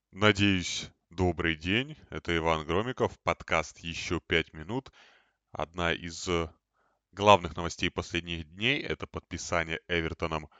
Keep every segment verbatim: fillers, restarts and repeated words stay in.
Надеюсь, добрый день. Это Иван Громиков, подкаст «Еще пять минут». Одна из э, главных новостей последних дней– это подписание Эвертоном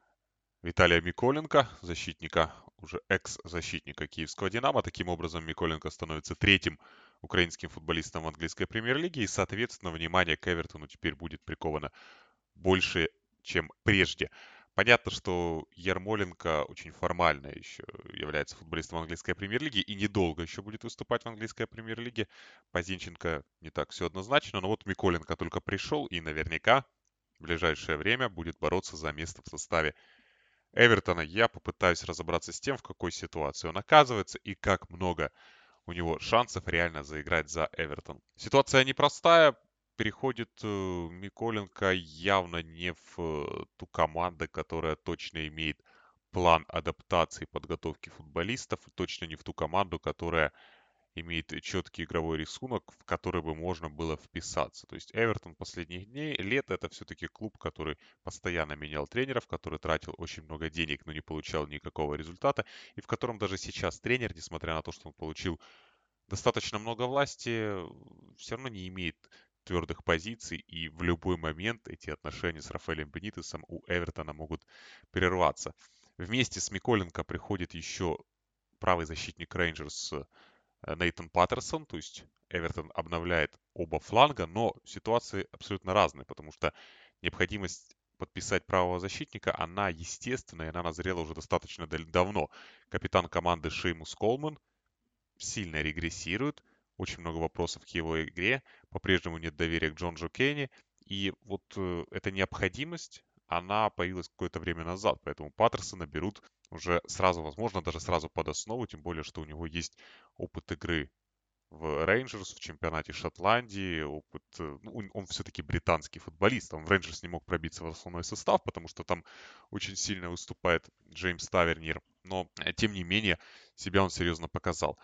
Виталия Миколенко, защитника, уже экс-защитника киевского «Динамо». Таким образом, Миколенко становится третьим украинским футболистом в английской премьер-лиге, и, соответственно, внимание к Эвертону теперь будет приковано больше, чем прежде. Понятно, что Ярмоленко очень формально еще является футболистом английской премьер-лиги и недолго еще будет выступать в английской премьер-лиге. По Зинченко не так все однозначно, но вот Миколенко только пришел и наверняка в ближайшее время будет бороться за место в составе Эвертона. Я попытаюсь разобраться с тем, в какой ситуации он оказывается и как много у него шансов реально заиграть за Эвертон. Ситуация непростая. Переходит э, Миколенко явно не в э, ту команду, которая точно имеет план адаптации и подготовки футболистов, и точно не в ту команду, которая имеет четкий игровой рисунок, в который бы можно было вписаться. То есть Эвертон последних дней, лет это все-таки клуб, который постоянно менял тренеров, который тратил очень много денег, но не получал никакого результата, и в котором даже сейчас тренер, несмотря на то, что он получил достаточно много власти, все равно не имеет твердых позиций, и в любой момент эти отношения с Рафаэлем Бенитесом у Эвертона могут прерваться. Вместе с Миколенко приходит еще правый защитник Рейнджерс э, Нейтан Паттерсон, то есть Эвертон обновляет оба фланга, но ситуации абсолютно разные, потому что необходимость подписать правого защитника, она естественная, она назрела уже достаточно давно. Капитан команды Шеймус Колман сильно регрессирует, очень много вопросов к его игре, по-прежнему нет доверия к Джон Джо Кейни, и вот э, эта необходимость, она появилась какое-то время назад, поэтому Паттерсона берут уже сразу, возможно, даже сразу под основу, тем более, что у него есть опыт игры в Рейнджерс, в чемпионате Шотландии, опыт, э, ну, он, он все-таки британский футболист, он в Рейнджерс не мог пробиться в основной состав, потому что там очень сильно выступает Джеймс Тавернир, но, э, тем не менее, себя он серьезно показал.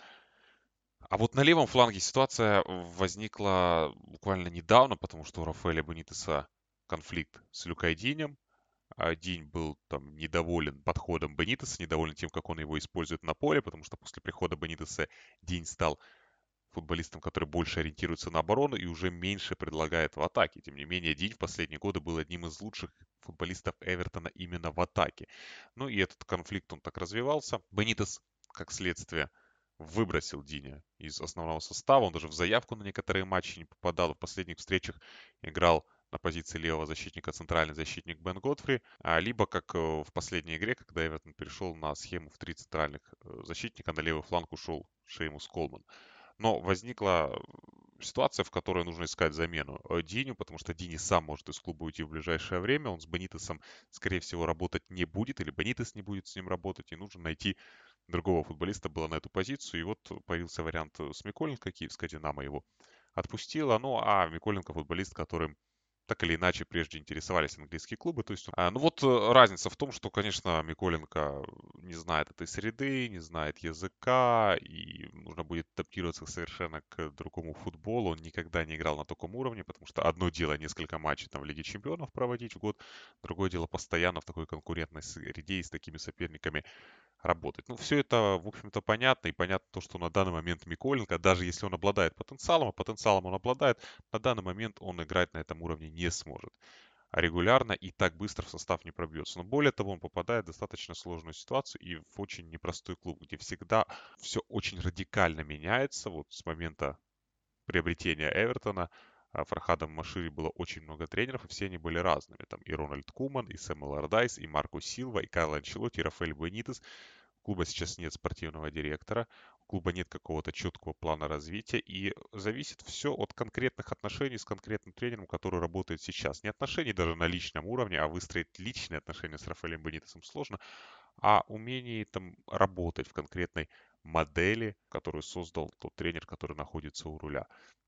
А вот на левом фланге ситуация возникла буквально недавно, потому что у Рафаэля Бенитеса конфликт с Люкой Динем. А Динь был там недоволен подходом Бенитеса, недоволен тем, как он его использует на поле, потому что после прихода Бенитеса Динь стал футболистом, который больше ориентируется на оборону и уже меньше предлагает в атаке. Тем не менее, Динь в последние годы был одним из лучших футболистов Эвертона именно в атаке. Ну и этот конфликт, он так развивался. Бенитес, как следствие, выбросил Диня из основного состава. Он даже в заявку на некоторые матчи не попадал. В последних встречах играл на позиции левого защитника центральный защитник Бен Готфри, а либо как э, в последней игре, когда Эвертон перешел на схему в три центральных э, защитника, на левый фланг ушел Шеймус Колман. Но возникла ситуация, в которой нужно искать замену э, Диню, потому что Дини сам может из клуба уйти в ближайшее время. Он с Бенитесом, скорее всего, работать не будет, или Бенитес не будет с ним работать, и нужно найти другого футболиста было на эту позицию. И вот появился вариант с Миколенко, киевская «Динамо» его отпустила. Ну, а Миколенко футболист, которым так или иначе прежде интересовались английские клубы. То есть, а, ну вот э, разница в том, что, конечно, Миколенко не знает этой среды, не знает языка, и нужно будет адаптироваться совершенно к другому футболу. Он никогда не играл на таком уровне, потому что одно дело несколько матчей там в Лиге Чемпионов проводить в год, другое дело постоянно в такой конкурентной среде и с такими соперниками работать. Ну, все это, в общем-то, понятно. И понятно то, что на данный момент Миколенко, даже если он обладает потенциалом, а потенциалом он обладает, на данный момент он играть на этом уровне не сможет. А регулярно и так быстро в состав не пробьется. Но более того, он попадает в достаточно сложную ситуацию и в очень непростой клуб, где всегда все очень радикально меняется. Вот с момента приобретения Эвертона а, Фархадом Машири было очень много тренеров, и все они были разными. Там и Рональд Куман, и Сэмюэл Ардайс, и Марко Силва, и Карло Анчелотти, и Рафаэль Бенитес. У клуба сейчас нет спортивного директора, у клуба нет какого-то четкого плана развития, и зависит все от конкретных отношений с конкретным тренером, который работает сейчас. Не отношений даже на личном уровне, а выстроить личные отношения с Рафаэлем Бенитесом сложно, а умении там работать в конкретной модели, которую создал тот тренер, который находится у руля.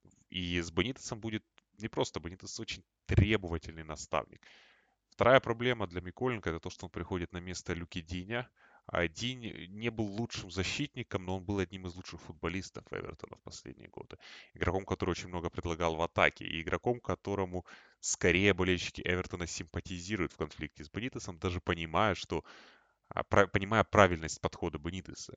И с Бенитесом будет не просто Бенитес очень требовательный наставник. Вторая проблема для Миколенко это то, что он приходит на место Люки Диня. А Динь не был лучшим защитником, но он был одним из лучших футболистов Эвертона в последние годы. Игроком, который очень много предлагал в атаке. И игроком, которому скорее болельщики Эвертона симпатизируют в конфликте с Бенитесом, даже понимая, что а, пра- понимая правильность подхода Бенитеса.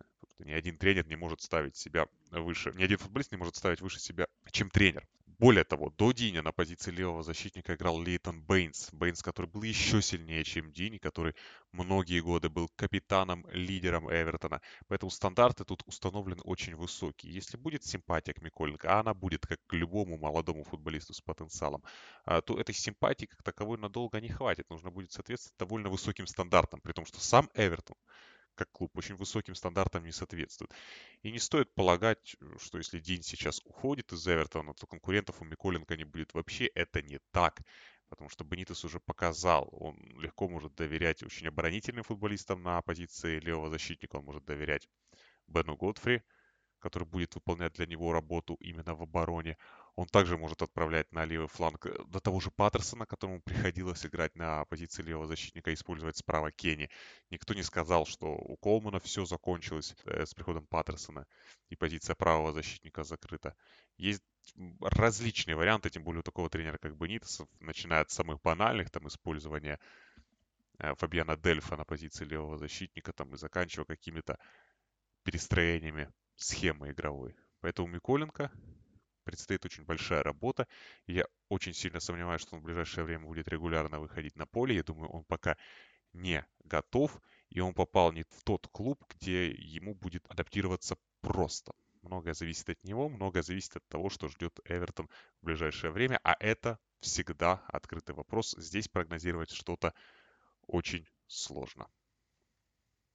Ни один тренер не может ставить себя выше, ни один футболист не может ставить выше себя, чем тренер. Более того, до Диня на позиции левого защитника играл Лейтон Бэйнс. Бэйнс, который был еще сильнее, чем Дини, который многие годы был капитаном, лидером Эвертона. Поэтому стандарты тут установлены очень высокие. Если будет симпатия к Миколенко, а она будет, как к любому молодому футболисту с потенциалом, а, то этой симпатии как таковой надолго не хватит. Нужно будет соответствовать довольно высоким стандартам, при том, что сам Эвертон как клуб очень высоким стандартам не соответствует. И не стоит полагать, что если Дин сейчас уходит из Эвертона, то конкурентов у Миколенко не будет вообще. Это не так. Потому что Бенитес уже показал, он легко может доверять очень оборонительным футболистам на позиции левого защитника, он может доверять Бену Готфри, который будет выполнять для него работу именно в обороне. Он также может отправлять на левый фланг э, до того же Паттерсона, которому приходилось играть на позиции левого защитника, использовать справа Кенни. Никто не сказал, что у Колмана все закончилось э, с приходом Паттерсона и позиция правого защитника закрыта. Есть различные варианты, тем более у такого тренера, как Бенитесов, начиная от самых банальных, там, использования э, Фабиана Дельфа на позиции левого защитника, там, и заканчивая какими-то перестроениями схемы игровой. Поэтому Миколенко предстоит очень большая работа. Я очень сильно сомневаюсь, что он в ближайшее время будет регулярно выходить на поле. Я думаю, он пока не готов, и он попал не в тот клуб, где ему будет адаптироваться просто. Многое зависит от него, многое зависит от того, что ждет Эвертон в ближайшее время, а это всегда открытый вопрос. Здесь прогнозировать что-то очень сложно.